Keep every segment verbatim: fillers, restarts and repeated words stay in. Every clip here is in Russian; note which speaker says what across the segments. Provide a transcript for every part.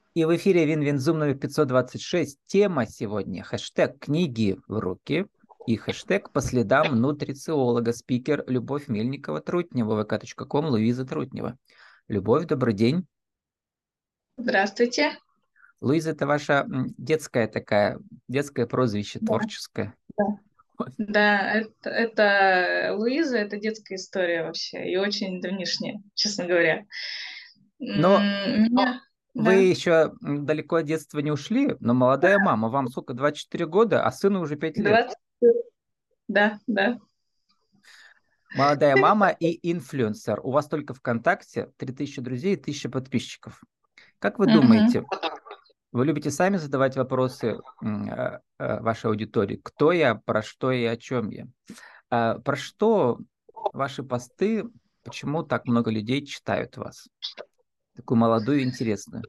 Speaker 1: И в эфире Винвинзум номер пятьсот двадцать шесть. Тема сегодня — хэштег «Книги в руки» и хэштег «По следам нутрициолога». Спикер Любовь Мельникова-Трутнева, вэ ка точка ком, Луиза Трутнева. Любовь, добрый день.
Speaker 2: Здравствуйте.
Speaker 1: Луиза — это ваша м, детская такая, детское прозвище,
Speaker 2: Да,
Speaker 1: творческое.
Speaker 2: да.
Speaker 1: Вот.
Speaker 2: Да, это, это Луиза, это детская история вообще, и очень давнишняя, честно говоря.
Speaker 1: Но
Speaker 2: М, Меня,
Speaker 1: вы
Speaker 2: да,
Speaker 1: еще м, далеко от детства не ушли, но молодая мама, вам сколько, двадцать четыре года, а сыну уже пять лет.
Speaker 2: двадцать, да, да.
Speaker 1: Молодая мама и инфлюенсер. У вас только ВКонтакте три тысячи друзей и тысяча подписчиков. Как вы
Speaker 2: Мгм.
Speaker 1: думаете, вы любите сами задавать вопросы м, э, э, вашей аудитории? Кто я, про что я, о чем я? А про что ваши посты, почему так много людей читают вас? Такую молодую и интересную.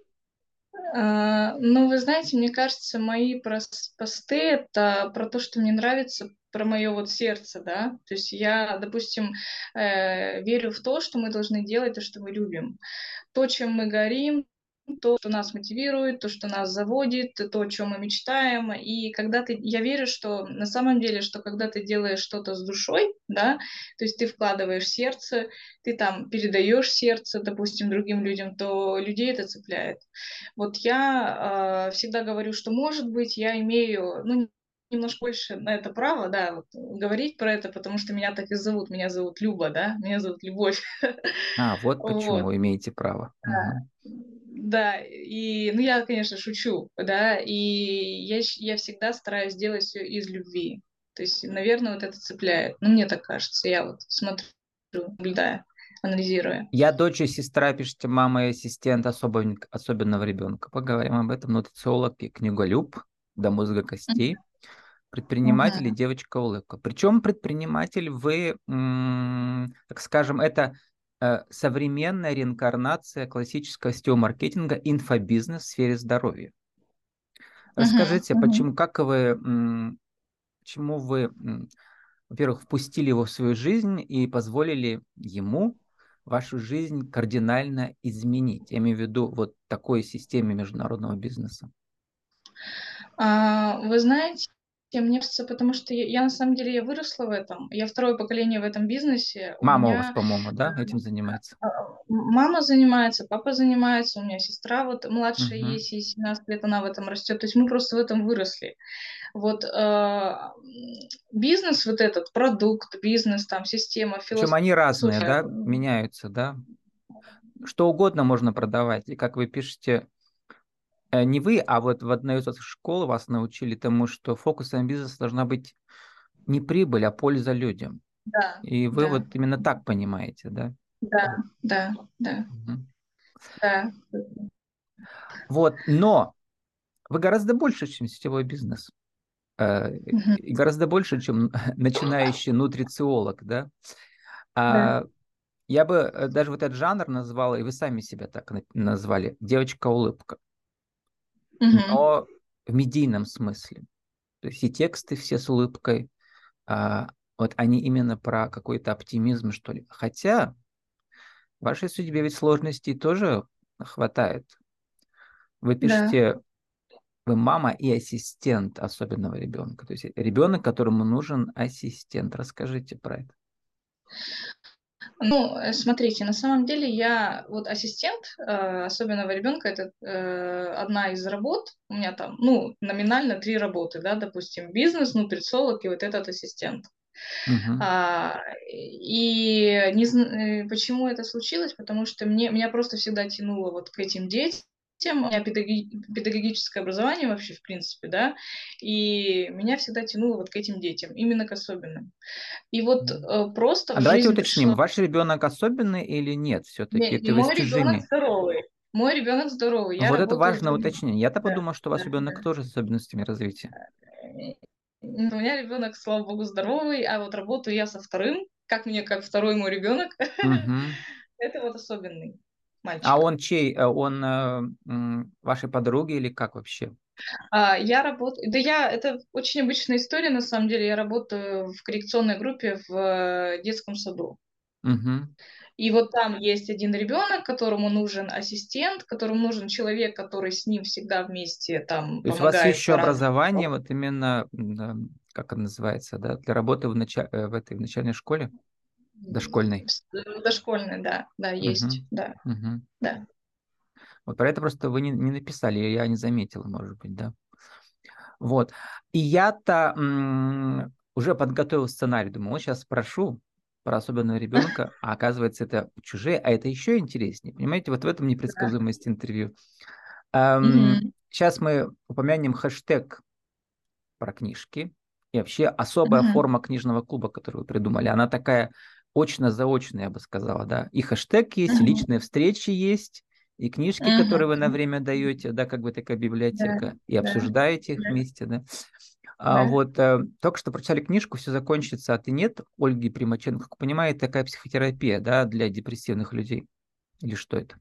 Speaker 2: А, Ну, вы знаете, мне кажется, мои прос- посты — это про то, что мне нравится, про мое вот сердце, да. То есть я, допустим, э, верю в то, что мы должны делать то, что мы любим. То, чем мы горим, то, что нас мотивирует, то, что нас заводит, то, о чем мы мечтаем. И когда ты, я верю, что на самом деле, что когда ты делаешь что-то с душой, да, то есть ты вкладываешь сердце, ты там передаешь сердце, допустим, другим людям, то людей это цепляет. Вот я э, всегда говорю, что, может быть, я имею, ну, немножко больше на это право, да, вот, говорить про это, потому что меня так и зовут. Меня зовут Люба, да, меня зовут Любовь.
Speaker 1: А, вот
Speaker 2: Вот.
Speaker 1: почему имеете право. Мгм.
Speaker 2: Да, и, ну, я, конечно, шучу, да, и я, щ- я всегда стараюсь делать все из любви. То есть, наверное, вот это цепляет. Ну, мне так кажется, я вот смотрю, наблюдаю, анализирую.
Speaker 1: Я дочь и сестра, пишите, мама и ассистент особен- особенного ребенка. Поговорим об этом. Нутрициолог и книголюб до мозга костей. Предприниматель и
Speaker 2: Мгм.
Speaker 1: девочка-улыбка. Причем предприниматель вы, м, так скажем, это э, современная реинкарнация классического сетевого маркетинга, инфобизнес в сфере здоровья.
Speaker 2: Мгм.
Speaker 1: Расскажите,
Speaker 2: Мгм.
Speaker 1: почему, как вы, м, почему вы, м, во-первых, впустили его в свою жизнь и позволили ему вашу жизнь кардинально изменить? Я имею в виду вот такой системе международного бизнеса.
Speaker 2: А, вы знаете, мне кажется, потому что я, я на самом деле я выросла в этом, я второе поколение в этом бизнесе. У
Speaker 1: Мама у вас,
Speaker 2: меня
Speaker 1: по-моему,
Speaker 2: э,
Speaker 1: да, этим занимается?
Speaker 2: а, мама занимается, папа занимается, у меня сестра вот младшая
Speaker 1: Мгм.
Speaker 2: есть, ей семнадцать лет, она в этом растет. То есть мы просто в этом выросли. Вот э, бизнес вот этот, продукт, бизнес, там, система,
Speaker 1: Причем они разные,
Speaker 2: философия.
Speaker 1: да, меняются, да. Что угодно можно продавать. И как вы пишете, э, не вы, а вот в одной из ваших школ вас научили тому, что фокусом бизнеса должна быть не прибыль, а польза людям.
Speaker 2: Да,
Speaker 1: И вы
Speaker 2: да,
Speaker 1: вот именно так понимаете, да?
Speaker 2: да, да, да,
Speaker 1: Мгм.
Speaker 2: да.
Speaker 1: Вот, но вы гораздо больше, чем сетевой бизнес. Э,
Speaker 2: Мгм.
Speaker 1: и гораздо больше, чем начинающий нутрициолог, да.
Speaker 2: Да.
Speaker 1: А, я бы э, даже вот этот жанр назвал, и вы сами себя так на- назвали, девочка-улыбка,
Speaker 2: Мгм.
Speaker 1: но в медийном смысле. То есть и тексты все с улыбкой, а, вот они именно про какой-то оптимизм, что ли. Хотя в вашей судьбе ведь сложностей тоже хватает. Вы
Speaker 2: Да.
Speaker 1: пишете, вы мама и ассистент особенного ребенка. То есть ребенок, которому нужен ассистент. Расскажите про это.
Speaker 2: Ну, э, смотрите, на самом деле я вот ассистент э, особенного ребенка, это э, одна из работ. У меня там, ну, номинально три работы, да, допустим, бизнес, нутрициолог и вот этот ассистент.
Speaker 1: Мгм.
Speaker 2: А, и не, зн- э, почему это случилось? Потому что мне, меня просто всегда тянуло вот к этим детям. У меня педагоги- педагогическое образование вообще, в принципе, да, и меня всегда тянуло вот к этим детям, именно к особенным. И вот э, просто
Speaker 1: А
Speaker 2: в
Speaker 1: давайте
Speaker 2: жизнь
Speaker 1: уточним,
Speaker 2: пришло.
Speaker 1: ваш ребенок особенный или нет? Все-таки
Speaker 2: Не,
Speaker 1: это
Speaker 2: не
Speaker 1: вы с
Speaker 2: мой ребенок
Speaker 1: чужими.
Speaker 2: здоровый. Мой ребенок здоровый. Я
Speaker 1: Вот это
Speaker 2: работаю с
Speaker 1: важное
Speaker 2: двумя.
Speaker 1: уточнение. Я-то
Speaker 2: Да,
Speaker 1: подумал, что у вас
Speaker 2: да,
Speaker 1: ребенок
Speaker 2: да.
Speaker 1: тоже с особенностями развития.
Speaker 2: Э, У меня ребенок, слава богу, здоровый, а вот работаю я со вторым, как мне, как второй мой ребенок.
Speaker 1: Мгм.
Speaker 2: Это вот особенный
Speaker 1: А
Speaker 2: мальчик.
Speaker 1: он чей? Э, Он э, м, вашей подруги или как вообще?
Speaker 2: А, я работаю, да я, это очень обычная история, на самом деле. Я работаю в коррекционной группе в э, детском саду.
Speaker 1: Мгм.
Speaker 2: И вот там есть один ребенок, которому нужен ассистент, которому нужен человек, который с ним всегда вместе там
Speaker 1: То есть у вас
Speaker 2: помогает
Speaker 1: еще
Speaker 2: по разным
Speaker 1: образование,
Speaker 2: вопросам.
Speaker 1: вот именно, м, как это называется, да, для работы в, нача- э, в этой в начальной школе, дошкольной.
Speaker 2: В дошкольной, да, да, есть,
Speaker 1: Мгм.
Speaker 2: да,
Speaker 1: Мгм.
Speaker 2: да.
Speaker 1: Вот про это просто вы не, не написали, я не заметил, может быть, да. Вот. И я-то м, уже подготовил сценарий, думаю, вот сейчас спрошу про особенного ребенка, а оказывается, это чужие, а это еще интереснее. Понимаете, вот в этом
Speaker 2: Да.
Speaker 1: непредсказуемость интервью. Эм,
Speaker 2: Мгм.
Speaker 1: сейчас мы упомянем хэштег про книжки и вообще особая
Speaker 2: Мгм.
Speaker 1: форма книжного клуба, которую вы придумали. Она такая очно-заочная, я бы сказала, да. И хэштег есть, и
Speaker 2: Мгм.
Speaker 1: личные встречи есть, и книжки, которые вы на
Speaker 2: Мгм.
Speaker 1: время даете, да, как бы такая
Speaker 2: Да,
Speaker 1: библиотека, и
Speaker 2: да,
Speaker 1: обсуждаете их
Speaker 2: да,
Speaker 1: вместе, да. А
Speaker 2: да.
Speaker 1: вот э, только что прочитали книжку «Все закончится, а ты нет» Ольги Примаченко. Как понимаете, такая психотерапия, да, для депрессивных людей. Или что это?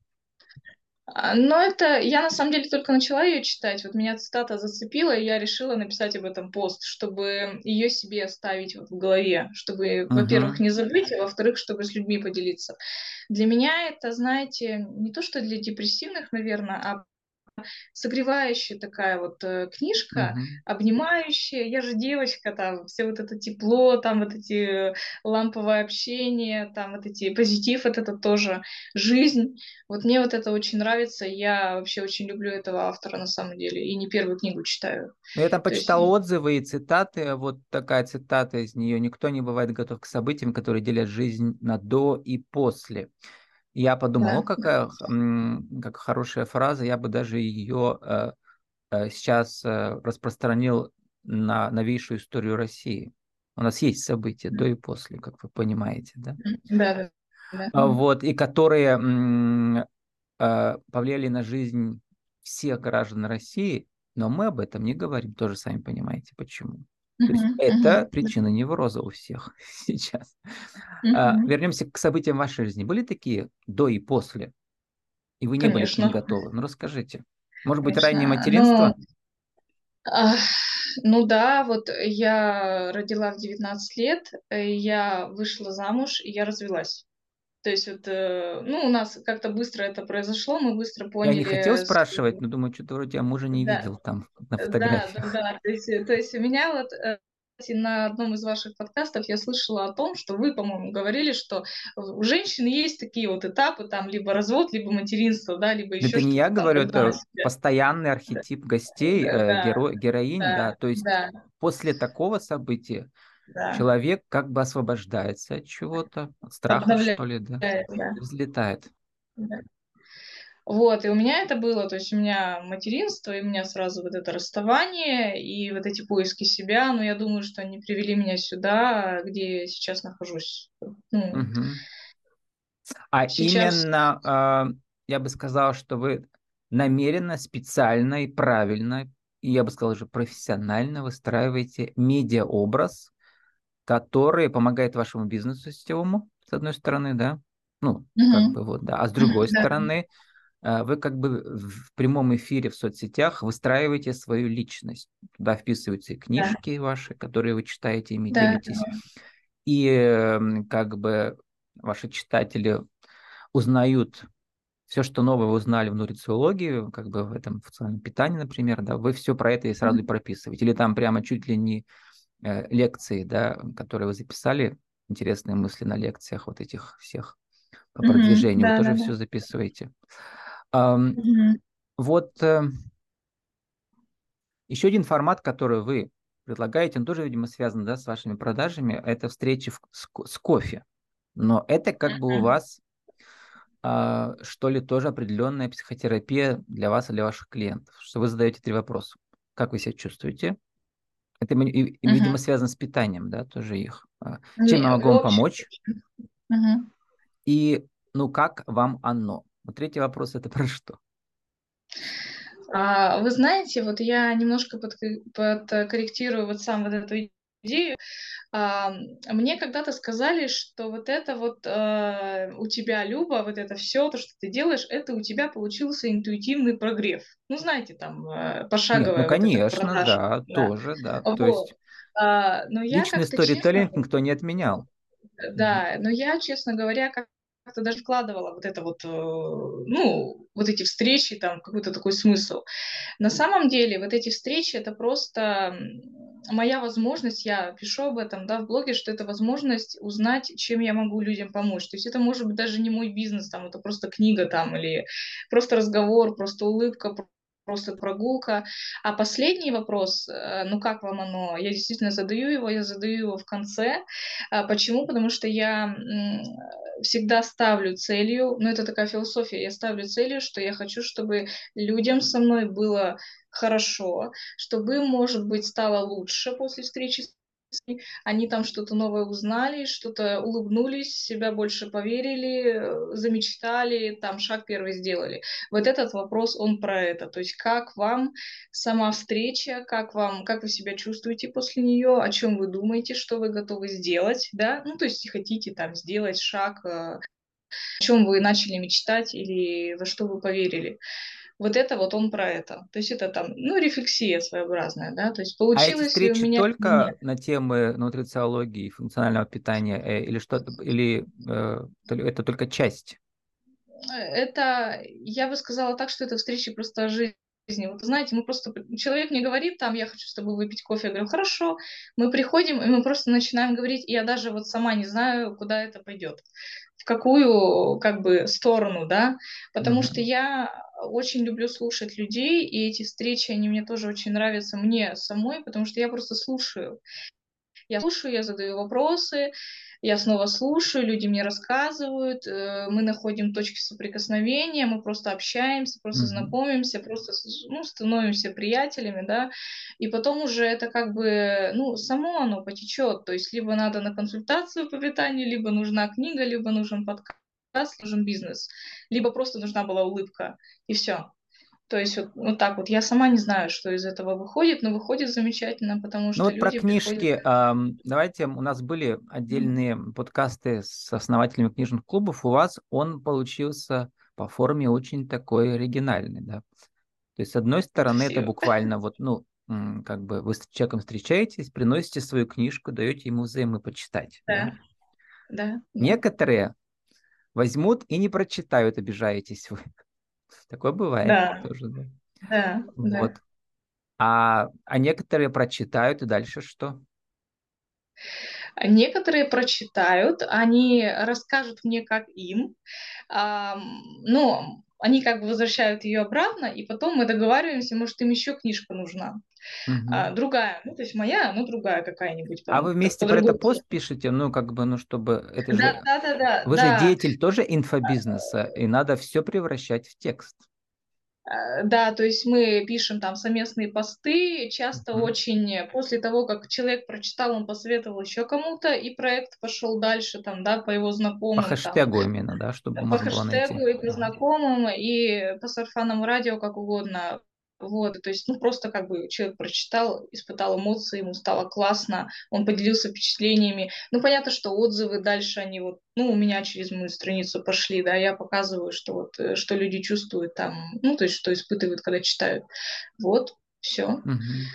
Speaker 2: А, Но это я на самом деле только начала ее читать. Вот меня цитата зацепила, и я решила написать об этом пост, чтобы ее себе оставить вот в голове, чтобы, во-первых,
Speaker 1: Угу,
Speaker 2: не забыть, а во-вторых, чтобы с людьми поделиться. Для меня это, знаете, не то что для депрессивных, наверное, а согревающая такая вот э, книжка,
Speaker 1: угу.
Speaker 2: обнимающая. Я же девочка, там, все вот это тепло, там вот эти ламповое общение, там вот эти позитив, вот это тоже жизнь. Вот мне вот это очень нравится. Я вообще очень люблю этого автора на самом деле. И не первую книгу читаю.
Speaker 1: Ну, я там
Speaker 2: То есть,
Speaker 1: почитал отзывы и цитаты. Вот такая цитата из нее. «Никто не бывает готов к событиям, которые делят жизнь на до и после». И я подумал, о,
Speaker 2: да.
Speaker 1: какая, х- м, как хорошая фраза, я бы даже ее э, э, сейчас э, распространил на новейшую историю России. У нас есть события до и после, как вы понимаете, да?
Speaker 2: Да, да, да.
Speaker 1: А Вот, и которые м, э, повлияли на жизнь всех граждан России, но мы об этом не говорим, тоже сами понимаете, почему. То есть
Speaker 2: Мгм,
Speaker 1: это
Speaker 2: мгм,
Speaker 1: причина невроза у всех сейчас. А,
Speaker 2: мгм.
Speaker 1: Вернемся к событиям вашей жизни. Были такие до и после, и вы не были к ним
Speaker 2: Конечно,
Speaker 1: готовы? Ну, расскажите. Может быть, раннее
Speaker 2: конечно. Ну,
Speaker 1: материнство?
Speaker 2: а, ну да, вот я родила в девятнадцать лет, э, я вышла замуж, и я развелась. То есть вот, э, ну, у нас как-то быстро это произошло, мы быстро
Speaker 1: Я не хотел
Speaker 2: поняли, с
Speaker 1: спрашивать, но думаю, что-то вроде я мужа не
Speaker 2: да,
Speaker 1: видел там на
Speaker 2: да, да,
Speaker 1: фотографиях.
Speaker 2: да. То есть, э, то есть у меня вот, э, кстати, на одном из ваших подкастов я слышала о том, что вы, по-моему, говорили, что у женщин есть такие вот этапы, там, либо развод, либо материнство, да, либо еще
Speaker 1: Это не я
Speaker 2: что-то там,
Speaker 1: говорю,
Speaker 2: познала
Speaker 1: это
Speaker 2: себя.
Speaker 1: постоянный
Speaker 2: Да,
Speaker 1: архетип гостей, э,
Speaker 2: да,
Speaker 1: геро- героинь, да.
Speaker 2: да,
Speaker 1: То есть
Speaker 2: да,
Speaker 1: после такого события
Speaker 2: да.
Speaker 1: человек как бы освобождается от чего-то, от страхов,
Speaker 2: Обновляет,
Speaker 1: что ли, да,
Speaker 2: да.
Speaker 1: и взлетает.
Speaker 2: Да. Вот, и у меня это было, то есть у меня материнство, и у меня сразу вот это расставание, и вот эти поиски себя, но я думаю, что они привели меня сюда, где я сейчас нахожусь. Ну,
Speaker 1: Мгм. А
Speaker 2: сейчас...
Speaker 1: именно, а, я бы сказал, что вы намеренно, специально и правильно, и я бы сказал уже профессионально выстраиваете медиаобраз, который помогает вашему бизнесу сетевому, с одной стороны, да, ну, как
Speaker 2: Мгм.
Speaker 1: бы вот, да, а с
Speaker 2: Мгм.
Speaker 1: другой
Speaker 2: Да.
Speaker 1: стороны, э, вы как бы в прямом эфире в соцсетях выстраиваете свою личность. Туда вписываются и
Speaker 2: Да.
Speaker 1: книжки ваши, которые вы читаете, ими
Speaker 2: Да.
Speaker 1: делитесь, и эм, как бы ваши читатели узнают все, что новое вы узнали в нутрициологии, как бы в этом функциональном питании, например, да, вы все про это и сразу и
Speaker 2: Мгм.
Speaker 1: прописываете. Или там прямо чуть ли не э, лекции, да, которые вы записали, интересные мысли на лекциях вот этих всех по
Speaker 2: Мгм.
Speaker 1: продвижению, вы
Speaker 2: Да,
Speaker 1: тоже
Speaker 2: да, да.
Speaker 1: все записываете. Ам,
Speaker 2: Мгм.
Speaker 1: вот э, еще один формат, который вы предлагаете, он тоже, видимо, связан, да, с вашими продажами, это встречи в- с, ко- с кофе. Но это как бы у
Speaker 2: Мгм.
Speaker 1: вас, а, что ли, тоже определенная психотерапия для вас и для ваших клиентов, что вы задаете три вопроса. Как вы себя чувствуете? Это, м- и- и, видимо,
Speaker 2: Мгм.
Speaker 1: связано с питанием, да, тоже их. А, Чем я
Speaker 2: Не,
Speaker 1: могу
Speaker 2: в
Speaker 1: вам
Speaker 2: общем,
Speaker 1: помочь?
Speaker 2: мгм.
Speaker 1: И, ну, как вам оно? Вот третий вопрос – это про что?
Speaker 2: А, вы знаете, вот я немножко подк- подкорректирую вот сам вот эту идею. А, мне когда-то сказали, что вот это вот э, у тебя, Люба, вот это все, то, что ты делаешь, это у тебя получился интуитивный прогрев. Ну, знаете, там э,
Speaker 1: Нет, ну,
Speaker 2: пошаговая вот эта
Speaker 1: конечно,
Speaker 2: продажа.
Speaker 1: да,
Speaker 2: Да.
Speaker 1: тоже, да. То
Speaker 2: Вот.
Speaker 1: есть
Speaker 2: А, но я
Speaker 1: личный
Speaker 2: как-то честно,
Speaker 1: сторителлинг никто не отменял. Мгм.
Speaker 2: да, но я, честно говоря, как-то даже вкладывала вот это вот, э, ну, вот эти встречи, там, какой-то такой смысл. На самом деле, вот эти встречи — это просто м, моя возможность, я пишу об этом, да, в блоге, что это возможность узнать, чем я могу людям помочь. То есть это может быть даже не мой бизнес, там, это просто книга там, или просто разговор, просто улыбка, про- просто прогулка. А последний вопрос, э, ну как вам оно? Я действительно задаю его, я задаю его в конце. А почему? Потому что я м, всегда ставлю целью, ну это такая философия, я ставлю целью, что я хочу, чтобы людям со мной было хорошо, чтобы им, может быть, стало лучше после встречи с ними. Они там что-то новое узнали, что-то улыбнулись, себя больше поверили, э, замечтали, там шаг первый сделали. Вот этот вопрос, он про это. То есть как вам сама встреча, как вам, как вы себя чувствуете после нее, о чем вы думаете, что вы готовы сделать, да? Ну, то есть хотите там сделать шаг, э, о чем вы начали мечтать или во что вы поверили. Вот это вот он про это. То есть это там, ну, рефлексия своеобразная, да, то есть
Speaker 1: А эти
Speaker 2: получилось ли у
Speaker 1: встречи
Speaker 2: меня или
Speaker 1: только
Speaker 2: нет.
Speaker 1: на темы нутрициологии и функционального питания, э, или что-то, или э, то ли это только часть?
Speaker 2: Э, Это, я бы сказала так, что это встречи просто о жизни. Вот знаете, мы просто, человек мне говорит, там, я хочу с тобой выпить кофе, я говорю, хорошо, мы приходим, и мы просто начинаем говорить, и я даже вот сама не знаю, куда это пойдет, в какую, как бы, сторону, да, потому что
Speaker 1: Мгм.
Speaker 2: я очень люблю слушать людей, и эти встречи, они мне тоже очень нравятся мне самой, потому что я просто слушаю. Я слушаю, я задаю вопросы, я снова слушаю, люди мне рассказывают, э, мы находим точки соприкосновения, мы просто общаемся, просто
Speaker 1: Мгм.
Speaker 2: знакомимся, просто с- ну, становимся приятелями, да, и потом уже это как бы, ну, само оно потечет, то есть либо надо на консультацию по питанию, либо нужна книга, либо нужен подкаст, нужен бизнес, либо просто нужна была улыбка, и все. То есть вот, вот так вот. Я сама не знаю, что из этого выходит, но выходит замечательно, потому
Speaker 1: Ну
Speaker 2: что
Speaker 1: вот про
Speaker 2: люди приходят.
Speaker 1: книжки. ам, Давайте, у нас были
Speaker 2: Мгм.
Speaker 1: отдельные подкасты с основателями книжных клубов. У вас он получился по форме очень такой оригинальный, да. То есть, с одной стороны, это
Speaker 2: Спасибо.
Speaker 1: буквально вот, ну, м, как бы вы с человеком встречаетесь, приносите свою книжку, даете ему взаймы почитать,
Speaker 2: Да,
Speaker 1: да.
Speaker 2: да, да,
Speaker 1: Некоторые возьмут и не прочитают, обижаетесь вы. Такое бывает
Speaker 2: да,
Speaker 1: тоже, да.
Speaker 2: да, да.
Speaker 1: Вот. А, а некоторые прочитают, и дальше что?
Speaker 2: Некоторые прочитают, они расскажут мне, как им. Ам, ну, они как бы возвращают ее обратно, и потом мы договариваемся, может, им еще книжка нужна. А,
Speaker 1: Мгм.
Speaker 2: другая, ну, то есть моя, но другая какая-нибудь,
Speaker 1: А
Speaker 2: по,
Speaker 1: вы
Speaker 2: по,
Speaker 1: вместе
Speaker 2: по
Speaker 1: про это
Speaker 2: другой
Speaker 1: пост
Speaker 2: теме.
Speaker 1: пишете? Ну, как бы, ну, чтобы это
Speaker 2: Да,
Speaker 1: же...
Speaker 2: да, да, да,
Speaker 1: Вы же
Speaker 2: да.
Speaker 1: деятель тоже инфобизнеса, и надо все превращать в текст.
Speaker 2: Э, Да, то есть мы пишем там совместные посты, часто
Speaker 1: Мгм.
Speaker 2: очень э, после того, как человек прочитал, он посоветовал еще кому-то, и проект пошел дальше, там, да, по его
Speaker 1: По
Speaker 2: знакомым, там,
Speaker 1: хэштегу именно, да, чтобы
Speaker 2: по
Speaker 1: можно было найти.
Speaker 2: хэштегу и по знакомым, и по сарафанному радио, как угодно. Вот, то есть, ну, просто как бы человек прочитал, испытал эмоции, ему стало классно, он поделился впечатлениями. Ну, понятно, что отзывы дальше, они вот, ну, у меня через мою страницу пошли, да, я показываю, что вот, э, что люди чувствуют там, ну, то есть, что испытывают, когда читают. Вот, все.
Speaker 1: Мгм.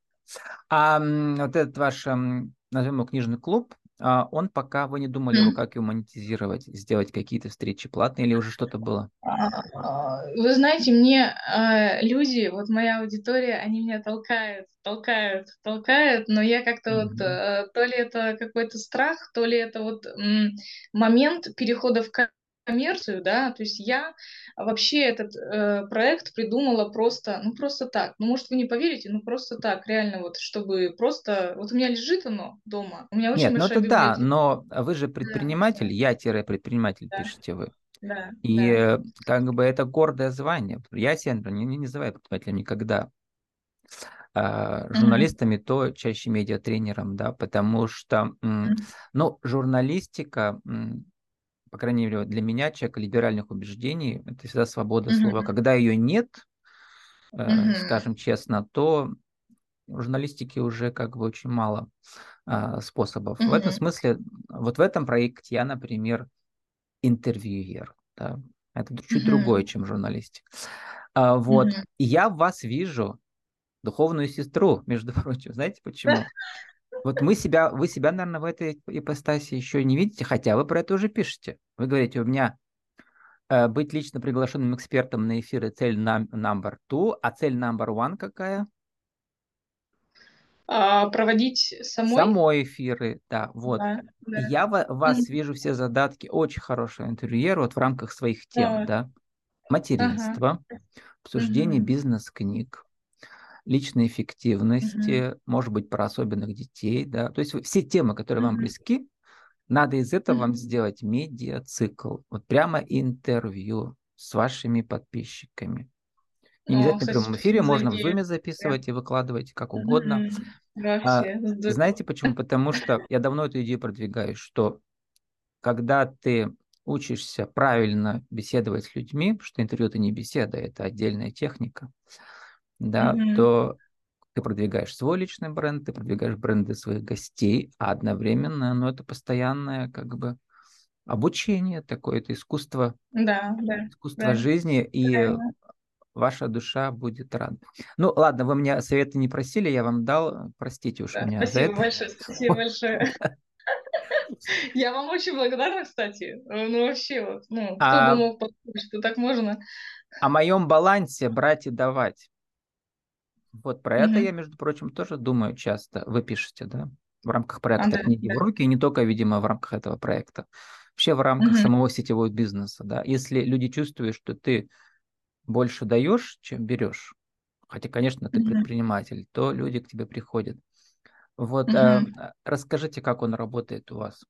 Speaker 1: А м, вот этот ваш, м, назовем его книжный клуб, а, он пока вы не думали его как его монетизировать, сделать какие-то встречи платные или уже что-то было?
Speaker 2: А, Вы знаете, мне а, люди, вот моя аудитория, они меня толкают, толкают, толкают, но я как-то вот,
Speaker 1: Мгм.
Speaker 2: э, то ли это какой-то страх, то ли это вот м, момент перехода в ко- коммерцию, да, то есть я вообще этот э, проект придумала просто, ну просто так, ну может вы не поверите, ну просто так, реально вот, чтобы просто, вот у меня лежит оно дома, у меня очень
Speaker 1: Нет, ну
Speaker 2: большая
Speaker 1: это да,
Speaker 2: библиотека.
Speaker 1: но вы же
Speaker 2: Да,
Speaker 1: предприниматель, я-предприниматель,
Speaker 2: да,
Speaker 1: пишете вы.
Speaker 2: да,
Speaker 1: И
Speaker 2: да.
Speaker 1: э, как бы это гордое звание. Я себя, например, не, не называю предпринимателем никогда. А,
Speaker 2: Мгм,
Speaker 1: журналистами, то чаще медиатренером, да, потому что, м,
Speaker 2: мгм,
Speaker 1: ну, журналистика, м, по крайней мере, вот для меня, человека либеральных убеждений, это всегда свобода слова.
Speaker 2: мгм,
Speaker 1: Когда ее нет, э,
Speaker 2: мгм.
Speaker 1: скажем честно, то в журналистике уже как бы очень мало а, способов. В этом
Speaker 2: Мгм,
Speaker 1: смысле, вот в этом проекте я, например, интервьюер. Да. Это чуть другое,
Speaker 2: мгм,
Speaker 1: чем журналистика. А, вот.
Speaker 2: мгм.
Speaker 1: И я в вас вижу духовную сестру, между прочим. Знаете почему? Вот мы себя, вы себя, наверное, в этой ипостаси еще не видите, хотя вы про это уже пишете. Вы говорите, у меня э, быть лично приглашенным экспертом на эфиры цель нам- number two, а цель number one какая?
Speaker 2: А, проводить самой?
Speaker 1: Самой эфиры, да, вот.
Speaker 2: Да, да.
Speaker 1: Я в вас
Speaker 2: Мгм.
Speaker 1: вижу все задатки очень хорошего интервьюера вот в рамках своих тем,
Speaker 2: А,
Speaker 1: да.
Speaker 2: ага.
Speaker 1: Материнство, обсуждение
Speaker 2: Мгм.
Speaker 1: бизнес-книг, личной
Speaker 2: Мгм.
Speaker 1: эффективности, может быть, про особенных детей, да. То есть вы- все темы, которые вам
Speaker 2: Мгм.
Speaker 1: близки, надо из этого вам
Speaker 2: Мгм.
Speaker 1: сделать медиацикл, вот прямо интервью с вашими подписчиками. Не
Speaker 2: О,
Speaker 1: обязательно в
Speaker 2: кстати,
Speaker 1: прямом эфире,
Speaker 2: спасибо за
Speaker 1: можно в
Speaker 2: идею.
Speaker 1: зуме
Speaker 2: Да.
Speaker 1: записывать и выкладывать как угодно.
Speaker 2: Мгм.
Speaker 1: А,
Speaker 2: Вообще,
Speaker 1: знаете
Speaker 2: здорово.
Speaker 1: почему? Потому что я давно эту идею продвигаю, что когда ты учишься правильно беседовать с людьми, что интервью это не беседа, это отдельная техника, да,
Speaker 2: Мгм.
Speaker 1: то ты продвигаешь свой личный бренд, ты продвигаешь бренды своих гостей, а одновременно, ну, это постоянное как бы обучение такое, это искусство,
Speaker 2: Да, да,
Speaker 1: искусство
Speaker 2: да,
Speaker 1: жизни, и
Speaker 2: правильно.
Speaker 1: ваша душа будет рада. Ну, ладно, вы меня совета не просили, я вам дал, простите уж
Speaker 2: Да,
Speaker 1: меня за
Speaker 2: спасибо
Speaker 1: это.
Speaker 2: большое, спасибо большое. Я вам очень благодарна, кстати. Э, Ну, вообще, вот, ну, кто бы
Speaker 1: А
Speaker 2: мог подумать, что так можно?
Speaker 1: о моем балансе брать и давать. Вот про это я,
Speaker 2: Мгм.
Speaker 1: между прочим, тоже думаю часто. Вы пишете, да? В рамках
Speaker 2: А,
Speaker 1: проекта
Speaker 2: да,
Speaker 1: «Книги в
Speaker 2: да.
Speaker 1: руки», и не только, видимо, в рамках этого проекта. Вообще в рамках
Speaker 2: Мгм.
Speaker 1: самого сетевого бизнеса, да. Если люди чувствуют, что ты больше даешь, чем берешь, хотя, конечно, ты
Speaker 2: Мгм.
Speaker 1: предприниматель, то люди к тебе приходят. Вот, э,
Speaker 2: Мгм.
Speaker 1: расскажите, как он работает у вас.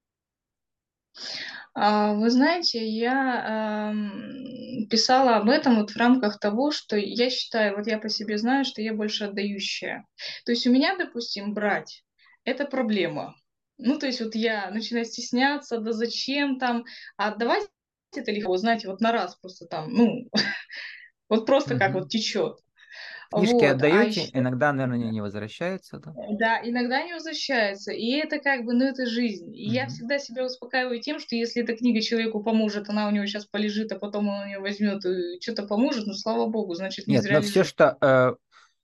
Speaker 2: А, вы знаете, я, ам, писала об этом вот в рамках того, что я считаю, вот я по себе знаю, что я больше отдающая. То есть у меня, допустим, брать — это проблема. Ну, то есть вот я начинаю стесняться, да зачем там, а отдавать — это легко, знаете, вот на раз просто там, ну, вот просто как вот
Speaker 1: Мгм.
Speaker 2: течет.
Speaker 1: Книжки
Speaker 2: Вот, а
Speaker 1: отдаете,
Speaker 2: еще
Speaker 1: иногда, наверное, они не возвращаются, да?
Speaker 2: да, иногда не возвращается. И это как бы, ну, это жизнь. И я
Speaker 1: Мгм.
Speaker 2: всегда себя успокаиваю тем, что если эта книга человеку поможет, она у него сейчас полежит, а потом он ее возьмет и что-то поможет, ну, слава богу, значит, не
Speaker 1: Нет,
Speaker 2: зря
Speaker 1: но все,
Speaker 2: лежит.
Speaker 1: что э,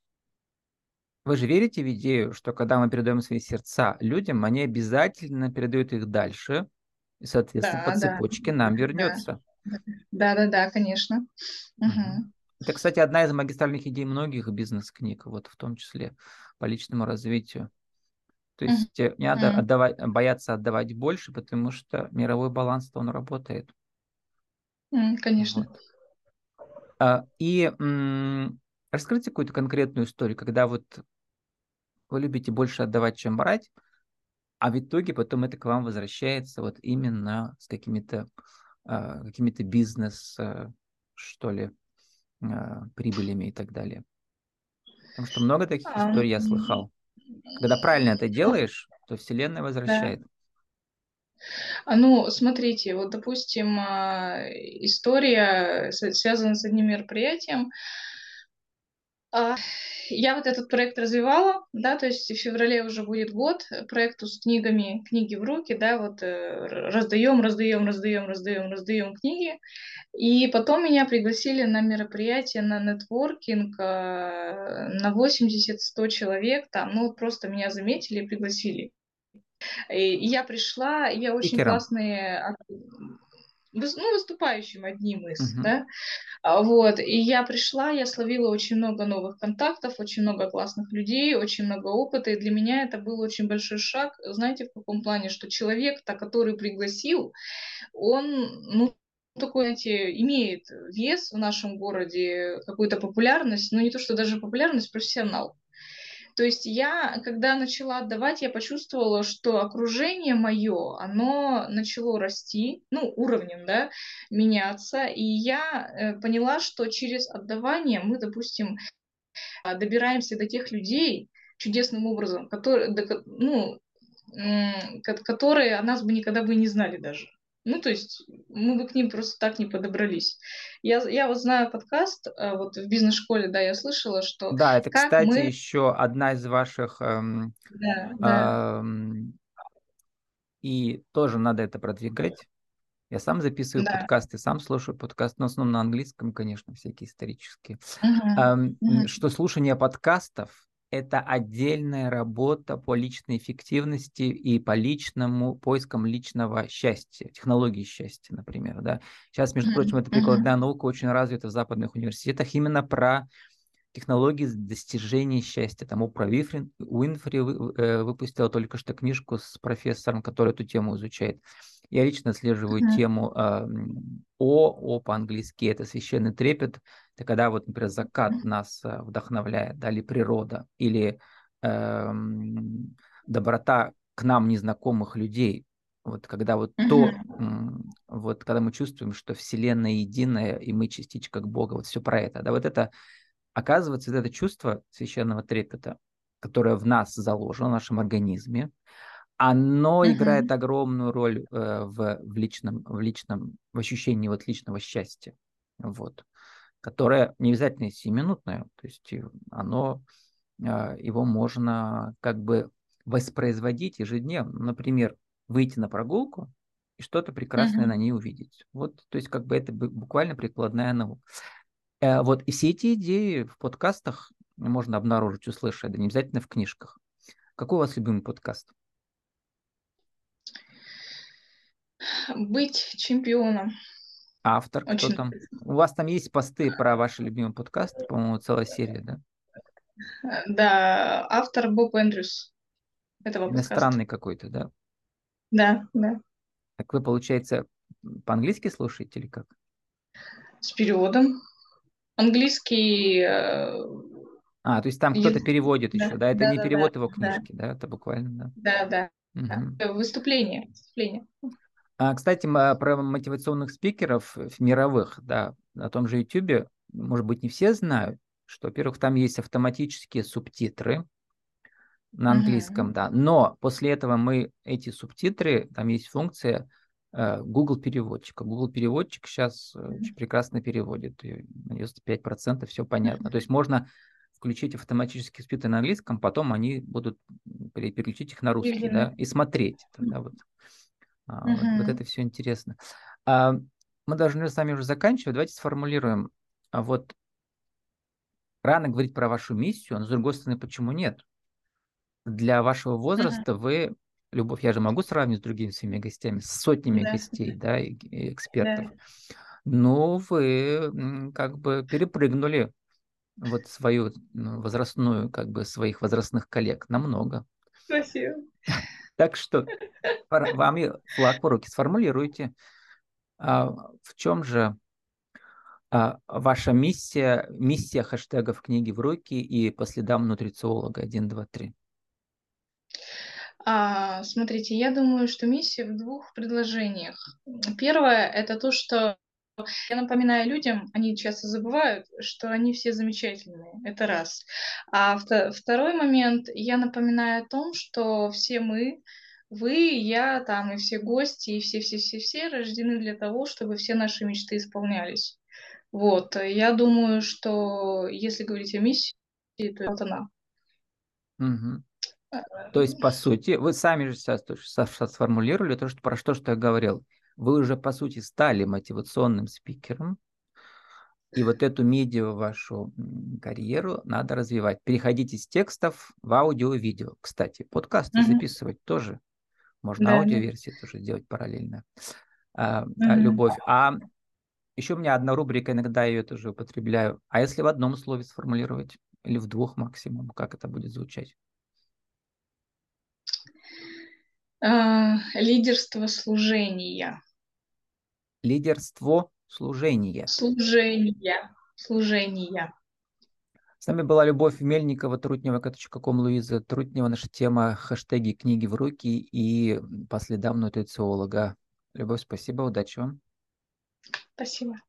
Speaker 1: вы же верите в идею, что когда мы передаем свои сердца людям, они обязательно передают их дальше, и, соответственно, по
Speaker 2: Да, да,
Speaker 1: цепочке нам
Speaker 2: да,
Speaker 1: вернется.
Speaker 2: да, да, да, конечно.
Speaker 1: Мгм.
Speaker 2: Мгм.
Speaker 1: Это, кстати, одна из магистральных идей многих бизнес-книг, вот в том числе по личному развитию. То
Speaker 2: Мгм.
Speaker 1: есть э, не надо отдавать, бояться отдавать больше, потому что мировой баланс, он работает.
Speaker 2: М, конечно.
Speaker 1: Вот. А, И м, расскажите какую-то конкретную историю, когда вот вы любите больше отдавать, чем брать, а в итоге потом это к вам возвращается вот именно с какими-то а, какими-то бизнес, а, что ли, а, прибылями и так далее. Потому что много таких
Speaker 2: Ам,
Speaker 1: историй я слыхал. Когда правильно это
Speaker 2: ну
Speaker 1: делаешь, то Вселенная
Speaker 2: да.
Speaker 1: возвращает.
Speaker 2: А, ну, смотрите, вот, допустим, а, история с связана с одним мероприятием. А, я вот этот проект развивала, да, то есть в феврале уже будет год э, проекту с книгами "Книги в руки", да, вот, э, р раздаём, раздаём, раздаём, раздаём, раздаём книги. И потом меня пригласили на мероприятие, на нетворкинг, а, на восемьдесят-сто человек там. Ну, вот просто меня заметили и пригласили. И и я пришла, и я очень
Speaker 1: Спикером.
Speaker 2: классные ат выс ну, выступающим одним из,
Speaker 1: Мгм.
Speaker 2: да. А, вот, и я пришла, я словила очень много новых контактов, очень много классных людей, очень много опыта, и для меня это был очень большой шаг. Знаете, в каком плане? Что человек-то, который пригласил, он, ну, такой, знаете, имеет вес в нашем городе, какую-то популярность, ну, не то, что даже популярность, профессионал. То есть я, когда начала отдавать, я почувствовала, что окружение мое, оно начало расти, ну, уровнем, да, меняться. И я э, поняла, что через отдавание мы, допустим, а, добираемся до тех людей чудесным образом, которые, до ко- ну, м, ко- которые о нас бы никогда бы не знали даже. Ну, то есть мы бы к ним просто так не подобрались. Я, я вот знаю подкаст, э, вот в бизнес-школе, да, я слышала, что
Speaker 1: Да, это,
Speaker 2: как
Speaker 1: кстати,
Speaker 2: мы...
Speaker 1: еще одна из ваших, эм,
Speaker 2: Да, да.
Speaker 1: ам, и тоже надо это продвигать. Я сам записываю
Speaker 2: Да.
Speaker 1: подкасты, сам слушаю подкасты, но в основном на английском, конечно, всякие исторические.
Speaker 2: Мгм.
Speaker 1: Ам, м,
Speaker 2: Мгм.
Speaker 1: Что слушание подкастов это отдельная работа по личной эффективности и по личному поискам личного счастья, технологии счастья, например. Да. Сейчас, между
Speaker 2: Мгм.
Speaker 1: прочим, эта прикладная
Speaker 2: Мгм.
Speaker 1: наука очень развита в западных университетах именно про технологии достижения счастья. Там Опра Уинфри, Уинфри вы- э, выпустила только что книжку с профессором, который эту тему изучает. Я лично отслеживаю
Speaker 2: Мгм.
Speaker 1: тему а, м, О, О по-английски это священный трепет. Это когда вот, например, закат нас а, вдохновляет, да, или природа, или эм, доброта к нам незнакомых людей. Вот когда вот то,
Speaker 2: Мгм.
Speaker 1: м, вот когда мы чувствуем, что Вселенная единая, и мы частичка Бога, вот все про это. Да, вот это оказывается, вот это чувство священного трепета, которое в нас заложено, в нашем организме, оно играет
Speaker 2: Мгм.
Speaker 1: огромную роль э, в, в личном, в личном, в ощущении вот личного счастья, вот, которое не обязательно сиюминутное, то есть и оно, э, его можно как бы воспроизводить ежедневно. Например, выйти на прогулку и что-то прекрасное на
Speaker 2: Мгм.
Speaker 1: ней увидеть. Вот, то есть как бы это бу- буквально прикладная наука. Э, Вот, и все эти идеи в подкастах можно обнаружить, услышать, да не обязательно в книжках. Какой у вас любимый подкаст?
Speaker 2: Быть чемпионом.
Speaker 1: Автор, кто
Speaker 2: Очень
Speaker 1: там?
Speaker 2: нравится.
Speaker 1: У вас там есть посты про ваши любимые подкасты, по-моему, целая серия, да?
Speaker 2: Э, Да, автор Боб Эндрюс этого подкаста.
Speaker 1: Иностранный какой-то, да?
Speaker 2: Да, да.
Speaker 1: Так вы, получается, по-английски слушаете или как?
Speaker 2: С переводом. Английский э,
Speaker 1: А, то есть там кто-то
Speaker 2: язык.
Speaker 1: переводит
Speaker 2: Да,
Speaker 1: еще, да? Это
Speaker 2: да,
Speaker 1: не
Speaker 2: да, да,
Speaker 1: перевод его
Speaker 2: да,
Speaker 1: книжки, да? Это буквально,
Speaker 2: да, да.
Speaker 1: да.
Speaker 2: Да.
Speaker 1: Мгм.
Speaker 2: Э, Выступление. Выступление.
Speaker 1: А, кстати, м, а, про мотивационных спикеров э, мировых, да, на том же YouTube, может быть, не все знают, что, во-первых, там есть автоматические субтитры на
Speaker 2: Мгм.
Speaker 1: английском, да, но после этого мы эти субтитры, там есть функция э, Google переводчика. Google переводчик сейчас э, очень прекрасно переводит, и на девяносто пять процентов все понятно. То есть можно включить автоматические субтитры на английском, потом они будут пере- переключить их на русский, да,
Speaker 2: Переведены.
Speaker 1: и смотреть тогда вот. А, вот, вот
Speaker 2: Мгм.
Speaker 1: это все интересно. А, мы должны с вами уже заканчивать. Давайте сформулируем. А вот рано говорить про вашу миссию, но с другой стороны, почему нет? Для вашего
Speaker 2: Мгм.
Speaker 1: возраста вы, Любовь, я же могу сравнить с другими своими гостями, с сотнями
Speaker 2: Да,
Speaker 1: гостей, да, и, и
Speaker 2: да.
Speaker 1: экспертов. Ну, вы м, как бы перепрыгнули вот свою ну, возрастную, как бы своих возрастных коллег намного.
Speaker 2: Спасибо.
Speaker 1: Так что пора- вам и флаг в руки сформулируйте. А в чем же а, ваша миссия, миссия хэштегов книги в руки и по следам нутрициолога один, два, три.
Speaker 2: А, смотрите, я думаю, что миссия в двух предложениях. Первое — это то, что я напоминаю людям, они часто забывают, что они все замечательные. Это раз. А вто- второй момент, я напоминаю о том, что все мы, вы, я, там и все гости, и все-все-все-все рождены для того, чтобы все наши мечты исполнялись. Вот, э, я думаю, что если говорить о миссии, то вот она.
Speaker 1: Мгм. То есть, по сути, вы сами же сейчас то, что со- сформулировали то, что, про что, что я говорил. Вы уже, по сути, стали мотивационным спикером, и вот эту медиа, вашу м, карьеру надо развивать. Переходить из текстов в аудио и видео. Кстати, подкасты
Speaker 2: Мгм.
Speaker 1: записывать тоже. Можно
Speaker 2: Да, да.
Speaker 1: аудиоверсии тоже делать параллельно. А, а,
Speaker 2: Мгм.
Speaker 1: Любовь. А еще у меня одна рубрика, иногда я ее тоже употребляю. А если в одном слове сформулировать? Или в двух максимум? Как это будет звучать?
Speaker 2: А, лидерство служения.
Speaker 1: Лидерство, служение.
Speaker 2: Служения. Служения.
Speaker 1: С нами была Любовь Мельникова, Трутнева, ком, Луиза Трутнева. Наша тема хэштеги книги в руки и по следам нутрициолога. Любовь, спасибо, удачи вам.
Speaker 2: Спасибо.